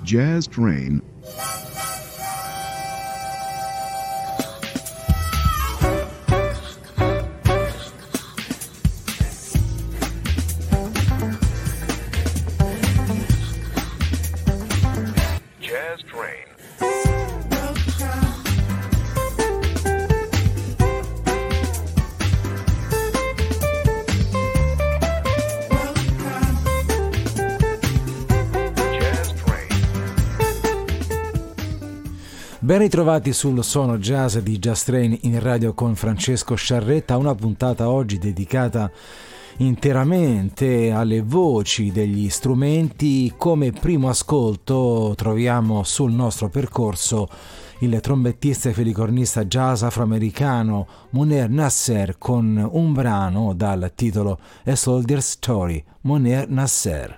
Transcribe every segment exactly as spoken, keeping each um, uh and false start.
Jazz Train. Ben ritrovati sul Suono Jazz di Jazz Train in radio con Francesco Sciarretta, una puntata oggi dedicata interamente alle voci degli strumenti. Come primo ascolto troviamo sul nostro percorso il trombettista e filicornista jazz afroamericano Munir Nasser con un brano dal titolo A Soldier's Story. Munir Nasser.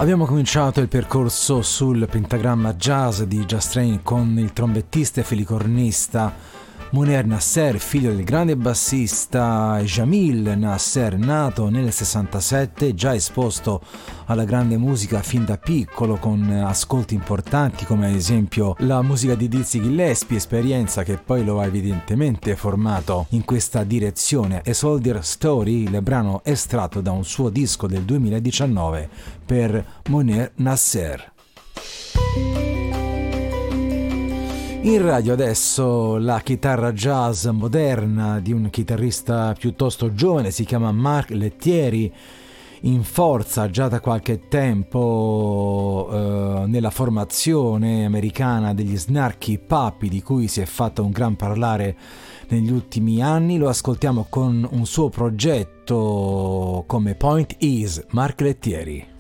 Abbiamo cominciato il percorso sul pentagramma jazz di Just Train con il trombettista e filicornista Munir Nasser, figlio del grande bassista Jamil Nasser, nato nel sessantasette, già esposto alla grande musica fin da piccolo con ascolti importanti come ad esempio la musica di Dizzy Gillespie, esperienza che poi lo ha evidentemente formato in questa direzione. A Soldier Story, il brano estratto da un suo disco del duemiladiciannove per Munir Nasser. In radio adesso la chitarra jazz moderna di un chitarrista piuttosto giovane, si chiama Mark Lettieri, in forza già da qualche tempo eh, nella formazione americana degli Snarky Puppy, di cui si è fatto un gran parlare negli ultimi anni. Lo ascoltiamo con un suo progetto come Point Is, Mark Lettieri.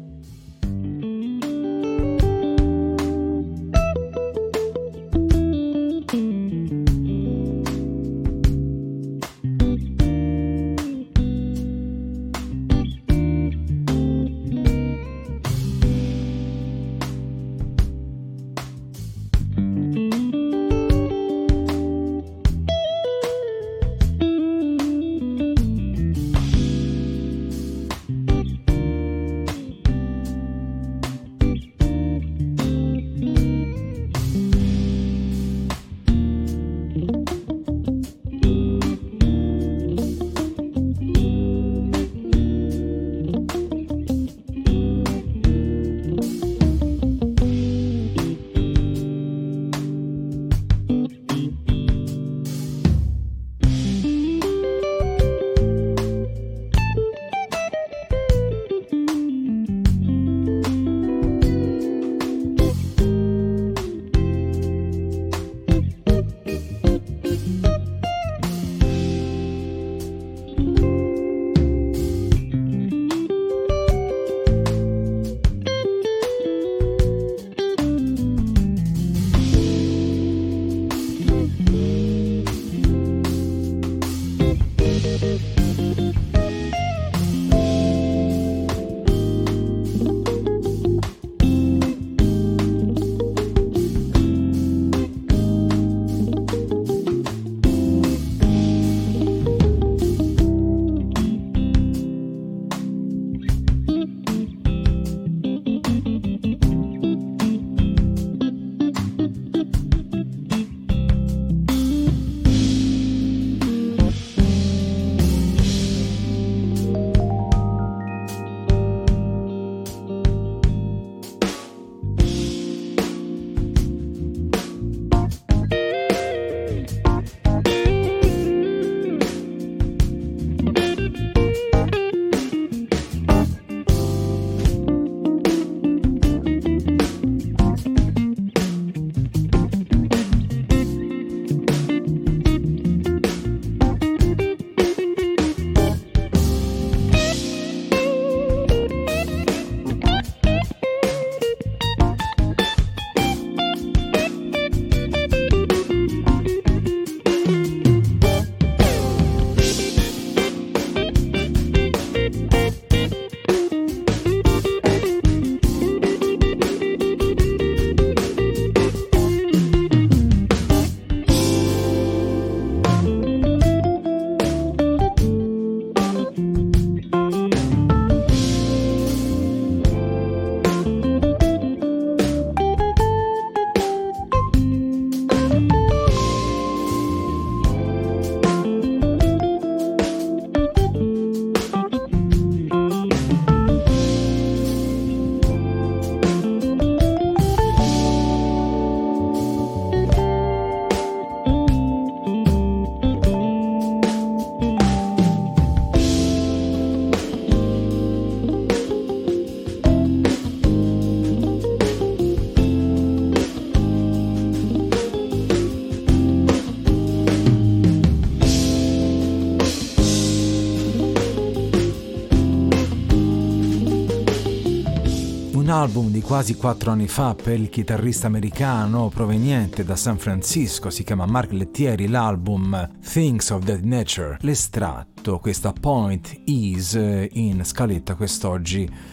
album di quasi quattro anni fa per il chitarrista americano proveniente da San Francisco, si chiama Mark Lettieri, l'album Things of That Nature. L'estratto, questa Point Is in scaletta quest'oggi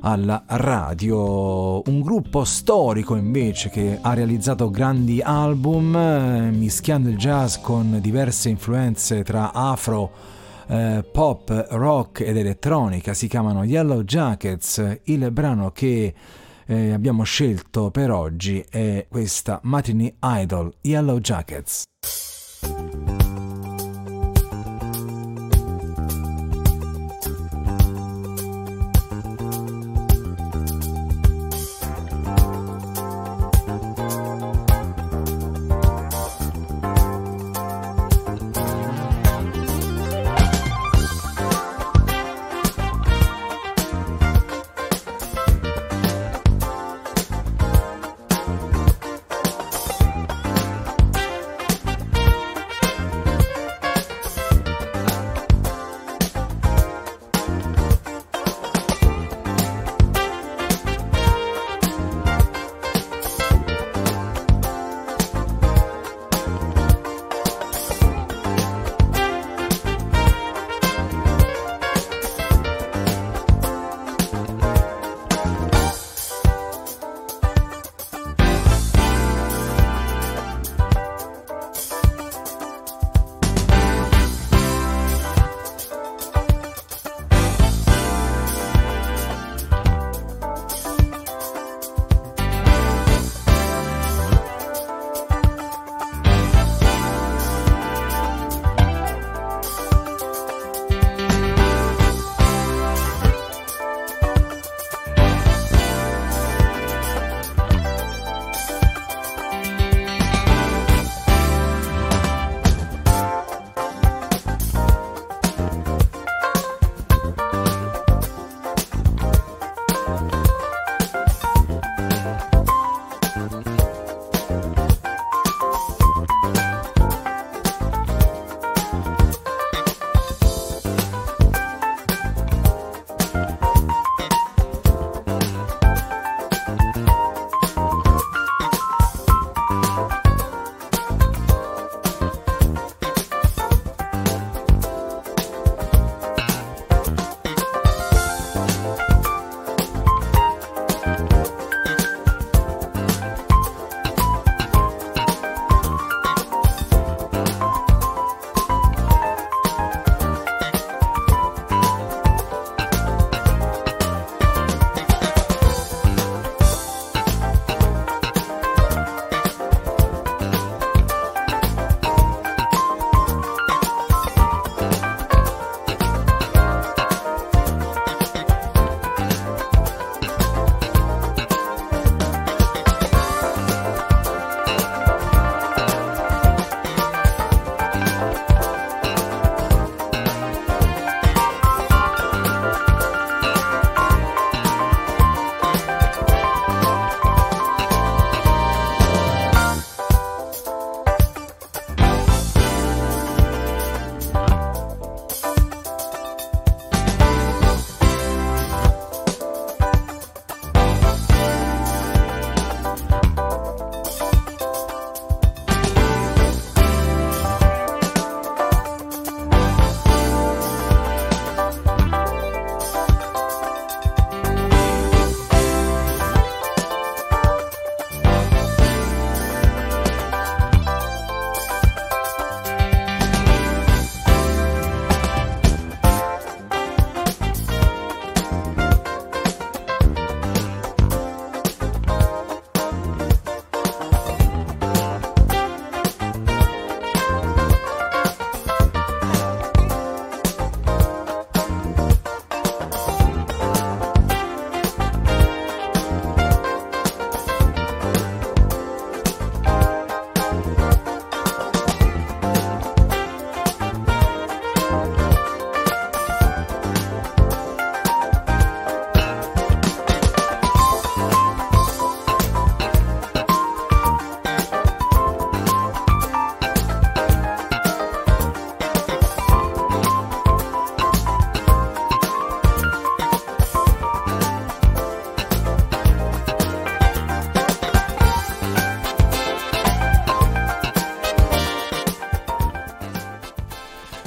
alla radio. Un gruppo storico invece che ha realizzato grandi album eh, mischiando il jazz con diverse influenze tra afro, eh, pop, rock ed elettronica. Si chiamano Yellow Jackets. Il brano che eh, abbiamo scelto per oggi è questa Matinee Idol, Yellow Jackets.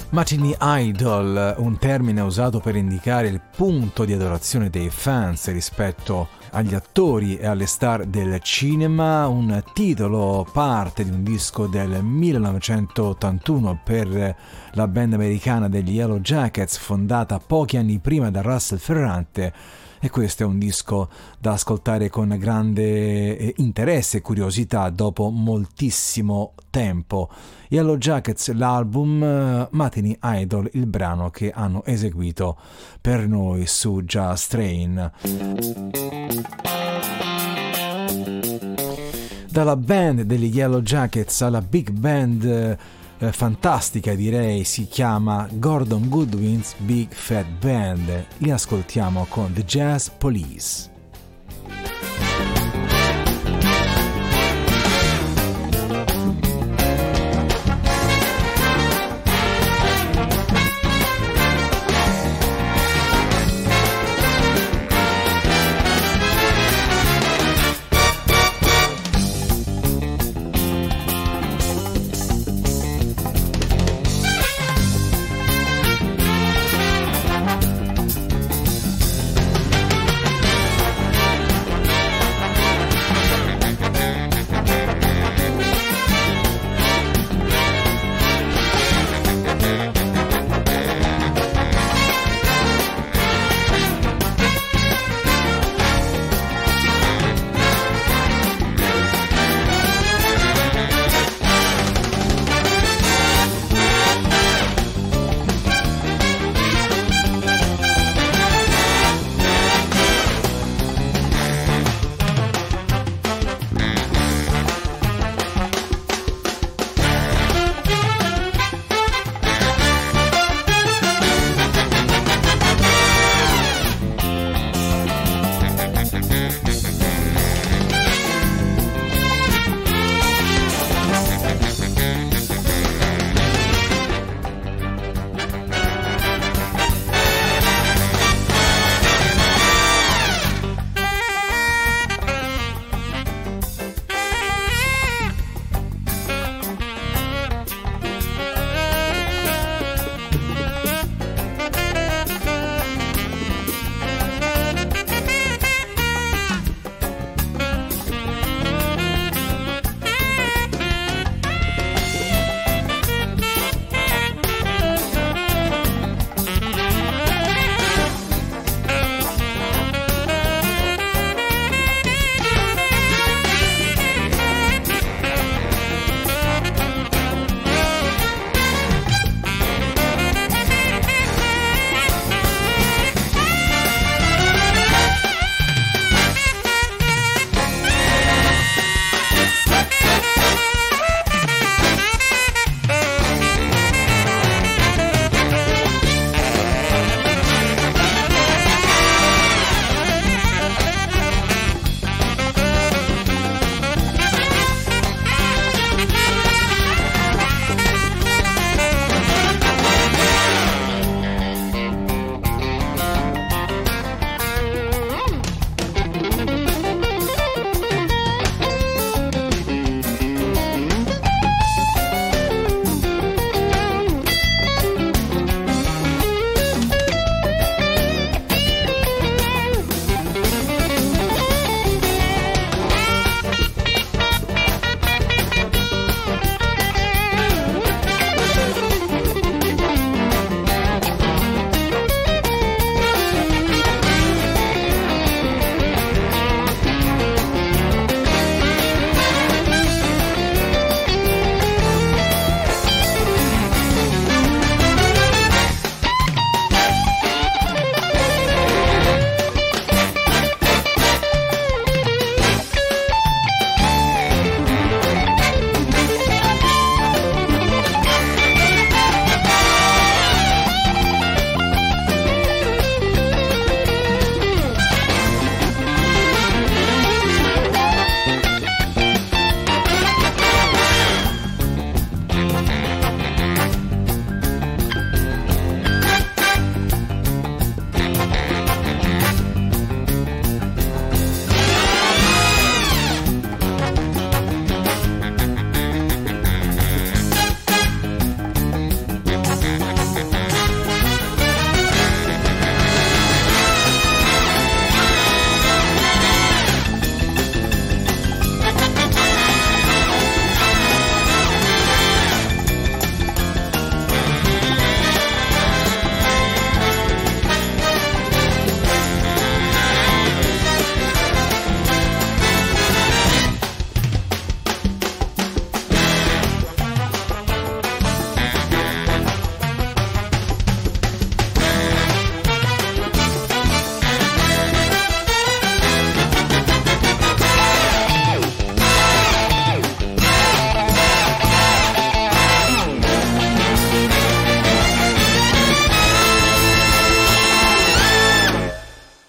Matinee Idol, un termine usato per indicare il punto di adorazione dei fans rispetto agli attori e alle star del cinema, un titolo parte di un disco del millenovecentottantuno per la band americana degli Yellow Jackets, fondata pochi anni prima da Russell Ferrante. E questo è un disco da ascoltare con grande interesse e curiosità dopo moltissimo tempo. Yellow Jackets, l'album, Matinee Idol, il brano che hanno eseguito per noi su Just Train. Dalla band degli Yellow Jackets alla big band eh, fantastica, direi, si chiama Gordon Goodwin's Big Fat Band. Li ascoltiamo con The Jazz Police.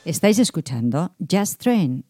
Estáis escuchando Jazz Train.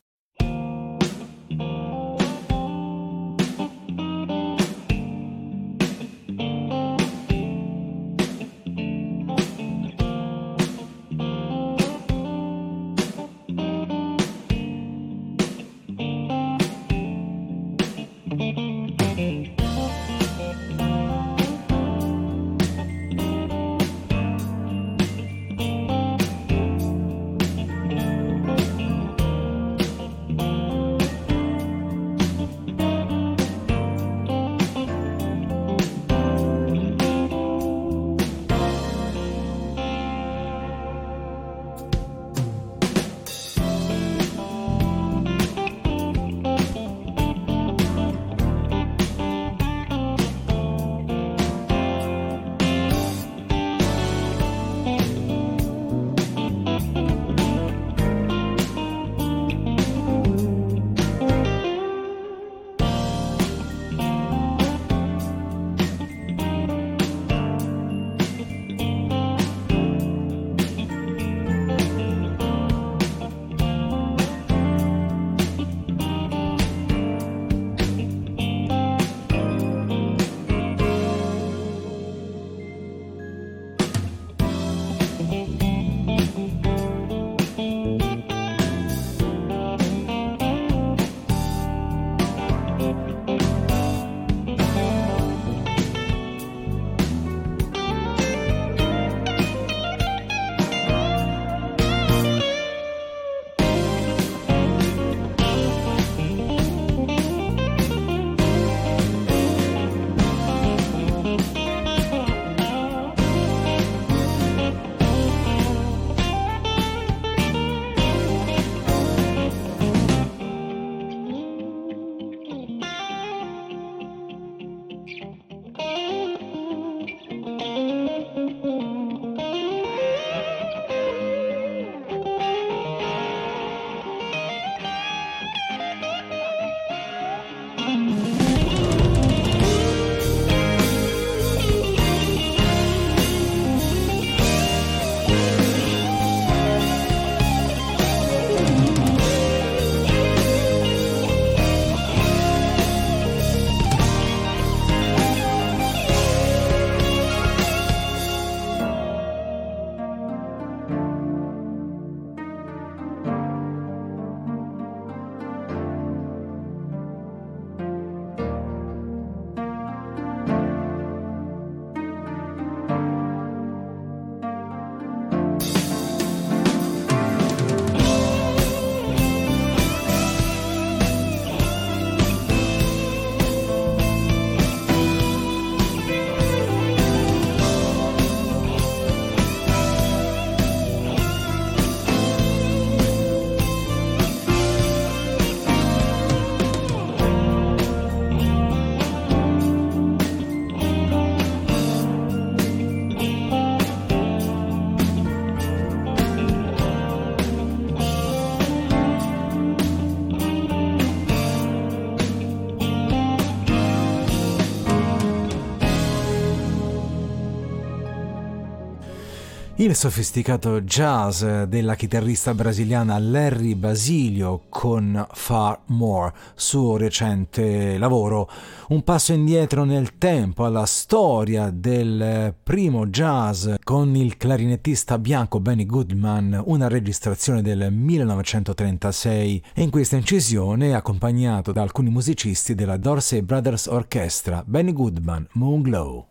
Il sofisticato jazz della chitarrista brasiliana Larry Basilio con Far More, suo recente lavoro, un passo indietro nel tempo alla storia del primo jazz con il clarinettista bianco Benny Goodman, una registrazione del millenovecentotrentasei, e in questa incisione accompagnato da alcuni musicisti della Dorsey Brothers Orchestra. Benny Goodman, Moon Glow.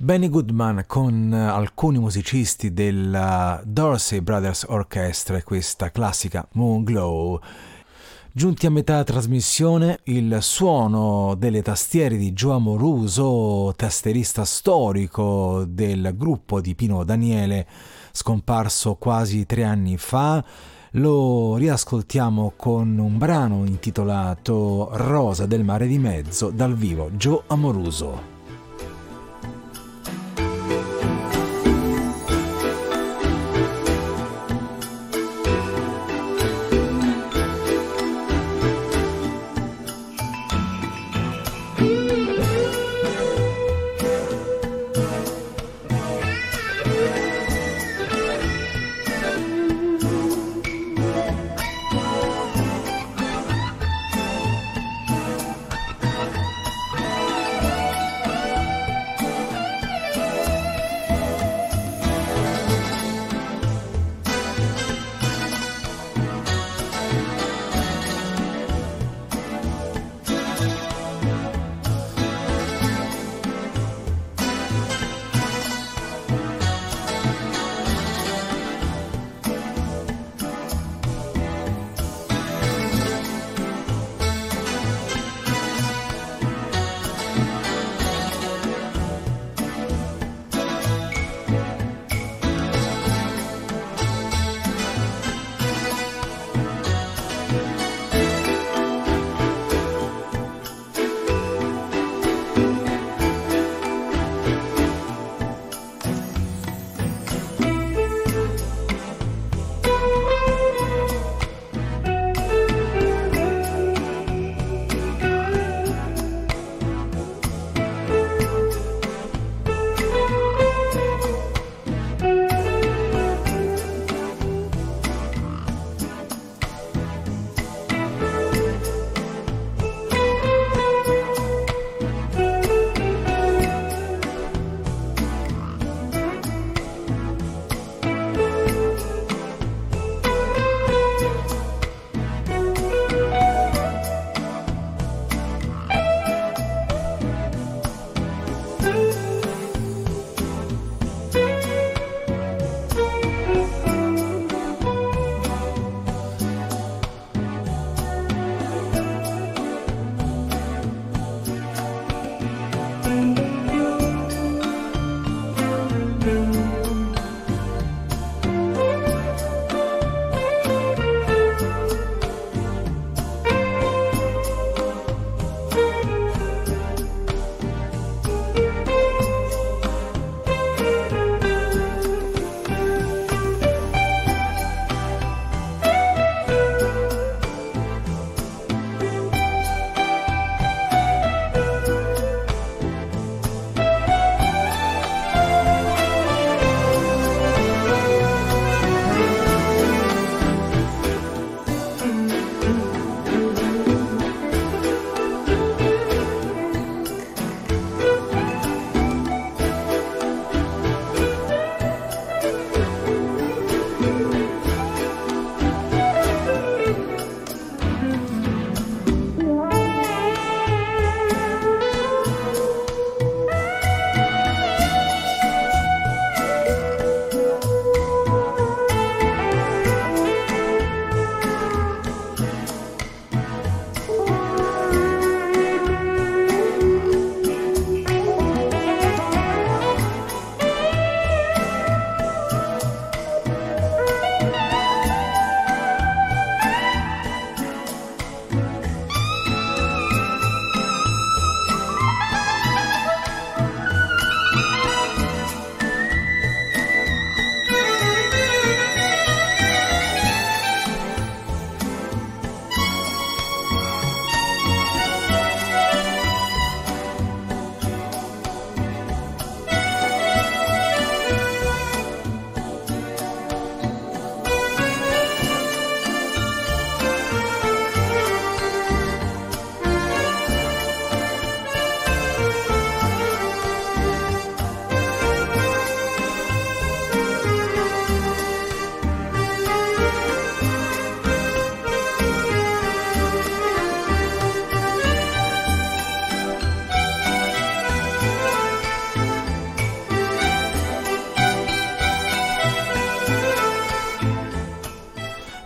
Benny Goodman con alcuni musicisti della Dorsey Brothers Orchestra e questa classica Moon Glow. Giunti a metà trasmissione, il suono delle tastiere di Joe Amoruso, tastierista storico del gruppo di Pino Daniele, scomparso quasi tre anni fa. Lo riascoltiamo con un brano intitolato Rosa del mare di mezzo, dal vivo Joe Amoruso.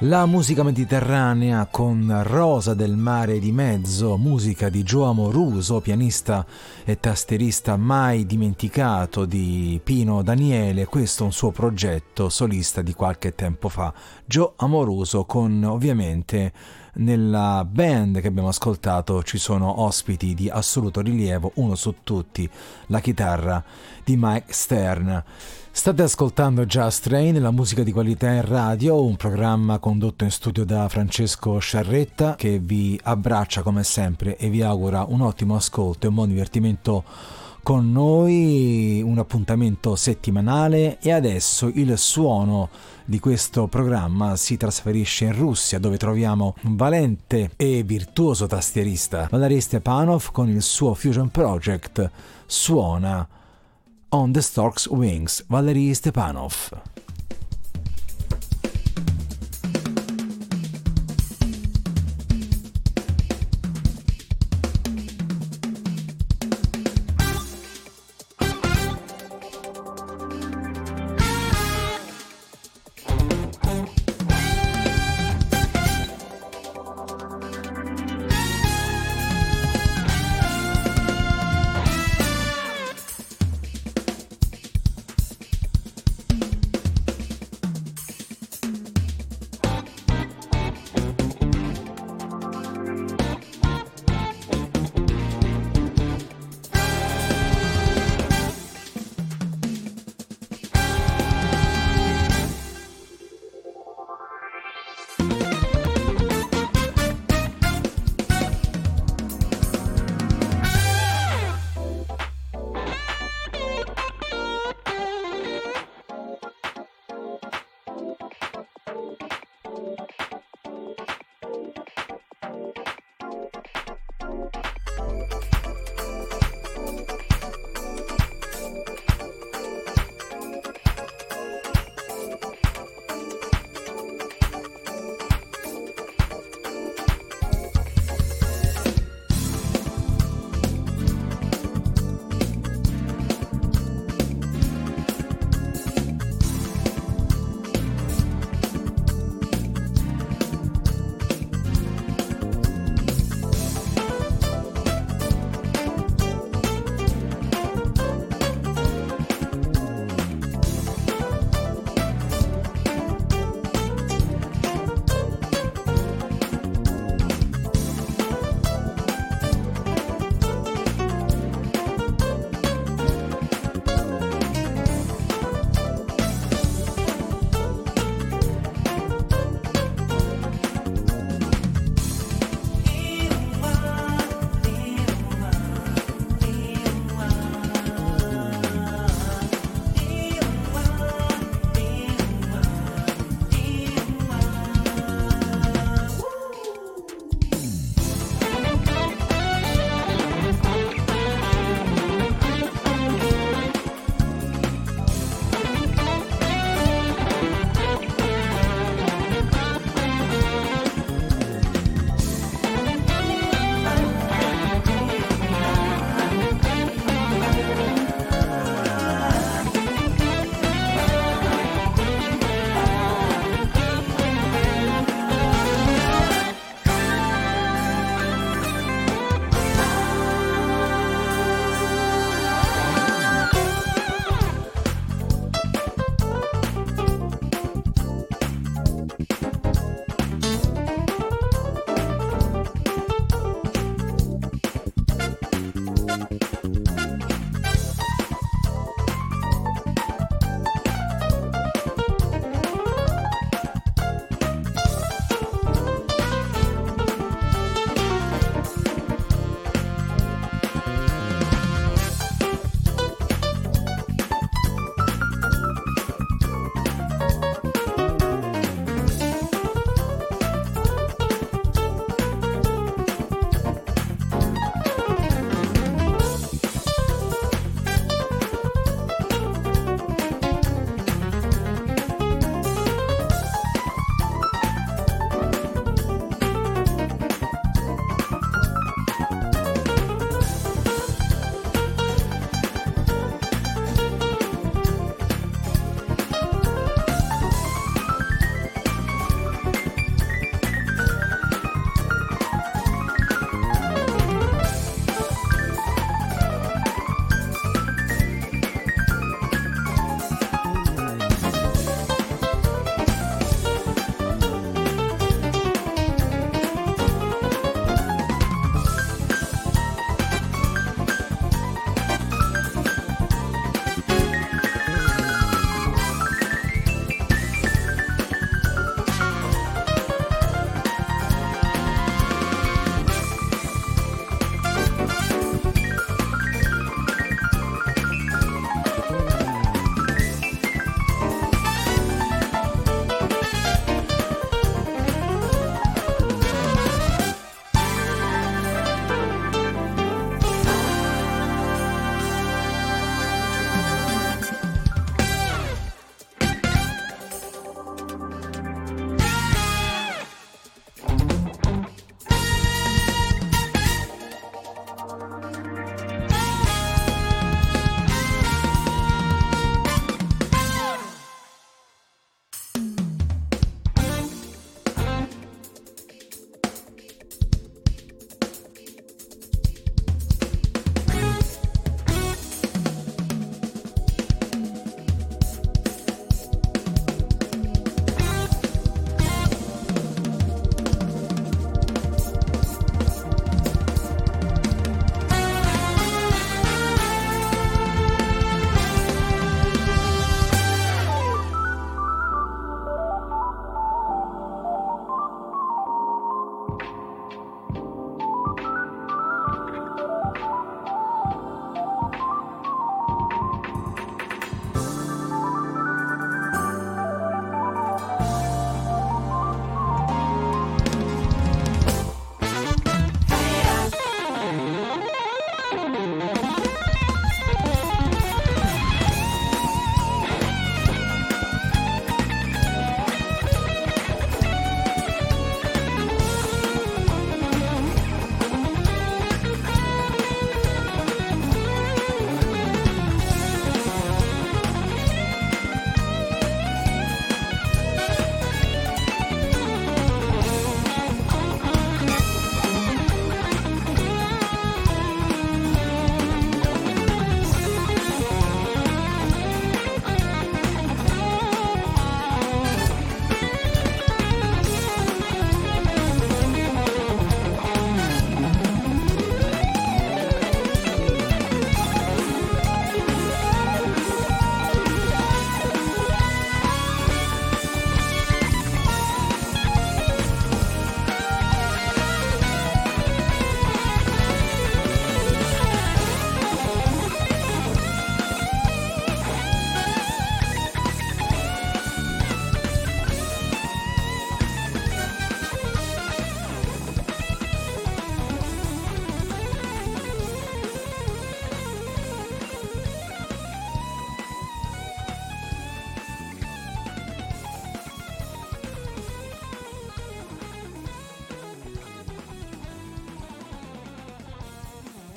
La musica mediterranea con Rosa del mare di mezzo, musica di Joe Amoruso, pianista e tastierista mai dimenticato di Pino Daniele. Questo è un suo progetto solista di qualche tempo fa. Joe Amoruso, con ovviamente nella band che abbiamo ascoltato ci sono ospiti di assoluto rilievo, uno su tutti, la chitarra di Mike Stern. State ascoltando Just Train, la musica di qualità in radio, un programma condotto in studio da Francesco Sciarretta che vi abbraccia come sempre e vi augura un ottimo ascolto e un buon divertimento con noi, un appuntamento settimanale. E adesso il suono di questo programma si trasferisce in Russia, dove troviamo un valente e virtuoso tastierista, Valery Stepanov, con il suo Fusion Project suona On the Stork's Wings, Valery Stepanov.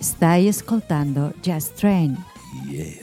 Stai ascoltando Jazz Train. Yeah.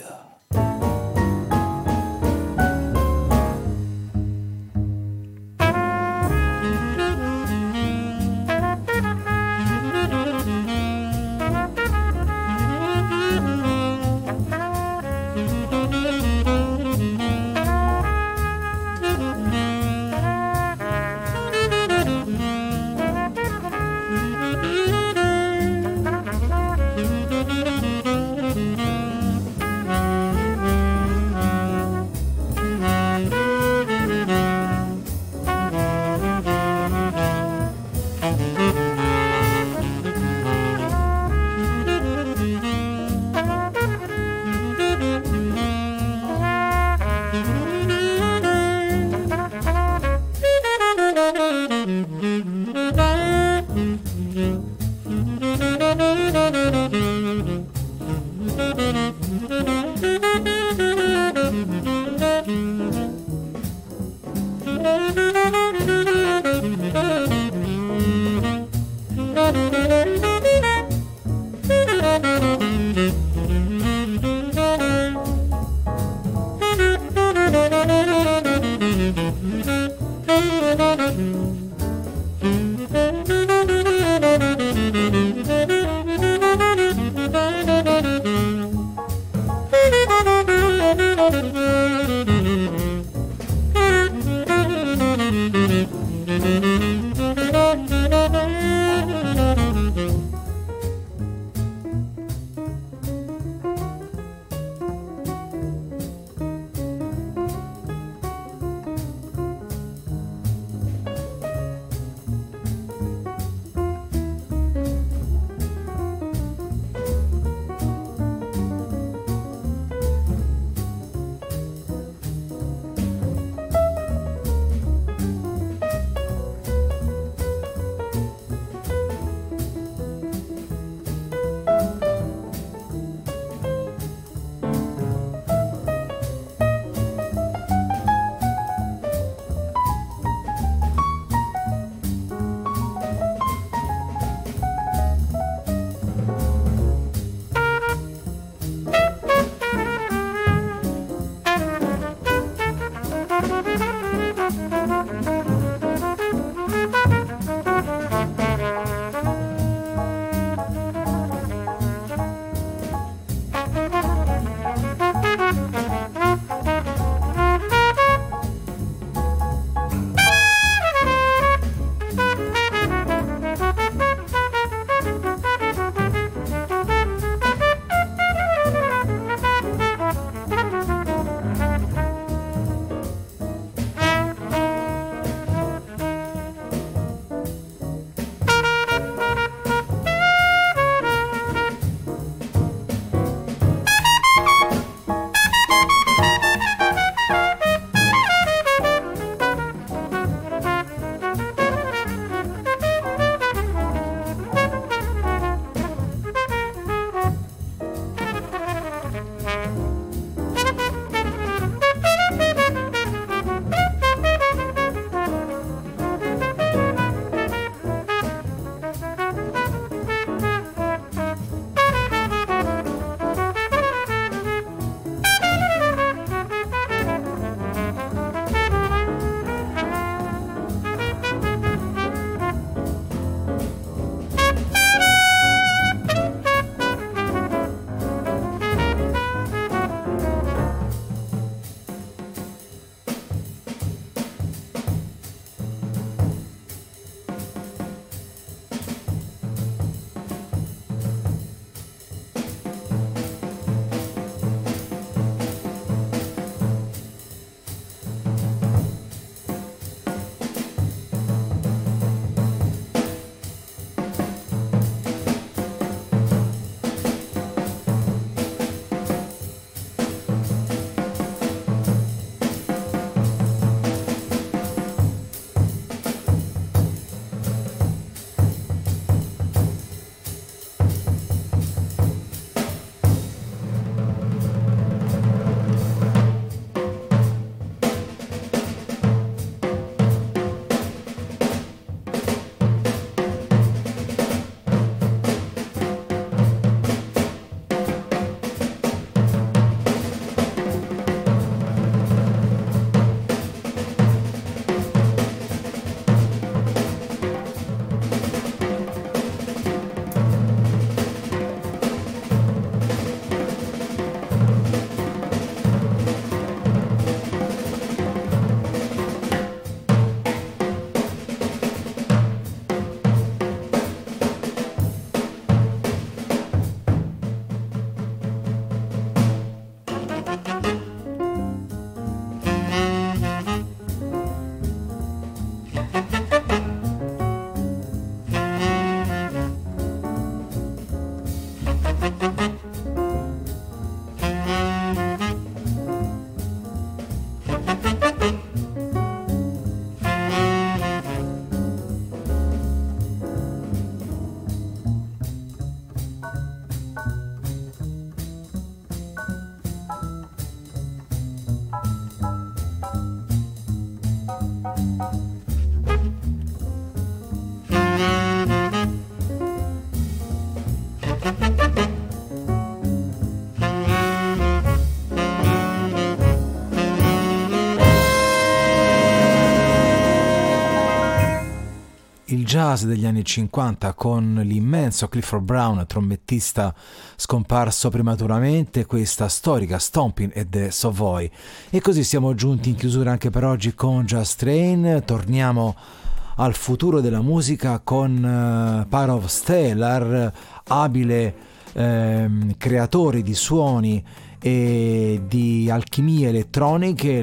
jazz degli anni cinquanta con l'immenso Clifford Brown, trombettista scomparso prematuramente, questa storica Stomping at the Savoy. E così siamo giunti in chiusura anche per oggi con Jazz Train. Torniamo al futuro della musica con uh, Parov Stelar, abile ehm, creatore di suoni e di alchimie elettroniche.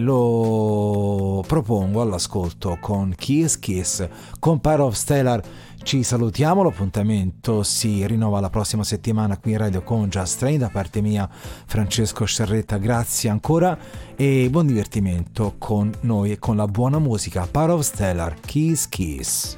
Lo propongo all'ascolto con Kiss Kiss. Con Parov Stelar ci salutiamo, l'appuntamento si rinnova la prossima settimana qui in radio con Jazz Train. Da parte mia Francesco Sciarretta, grazie ancora e buon divertimento con noi e con la buona musica. Parov Stelar, Kiss Kiss.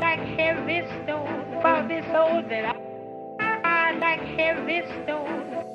heavy stone. I like heavy stone.